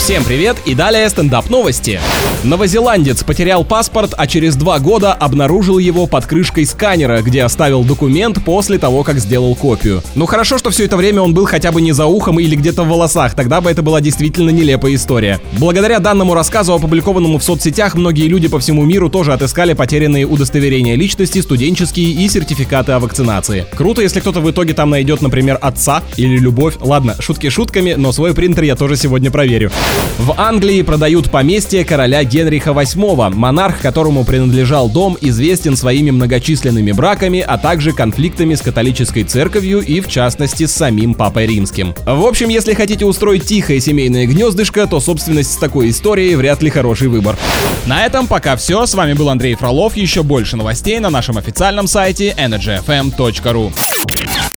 Всем привет и далее стендап-новости. Новозеландец потерял паспорт, а через 2 года обнаружил его под крышкой сканера, где оставил документ после того, как сделал копию. Ну хорошо, что все это время он был хотя бы не за ухом или где-то в волосах, тогда бы это была действительно нелепая история. Благодаря данному рассказу, опубликованному в соцсетях, многие люди по всему миру тоже отыскали потерянные удостоверения личности, студенческие и сертификаты о вакцинации. Круто, если кто-то в итоге там найдет, например, отца или любовь. Ладно, шутки шутками, но свой принтер я тоже сегодня проверю. В Англии продают поместье короля Генриха VIII. Монарх, которому принадлежал дом, известен своими многочисленными браками, а также конфликтами с католической церковью и, в частности, с самим Папой Римским. В общем, если хотите устроить тихое семейное гнездышко, то собственность с такой историей вряд ли хороший выбор. На этом пока все. С вами был Андрей Фролов. Еще больше новостей на нашем официальном сайте energyfm.ru.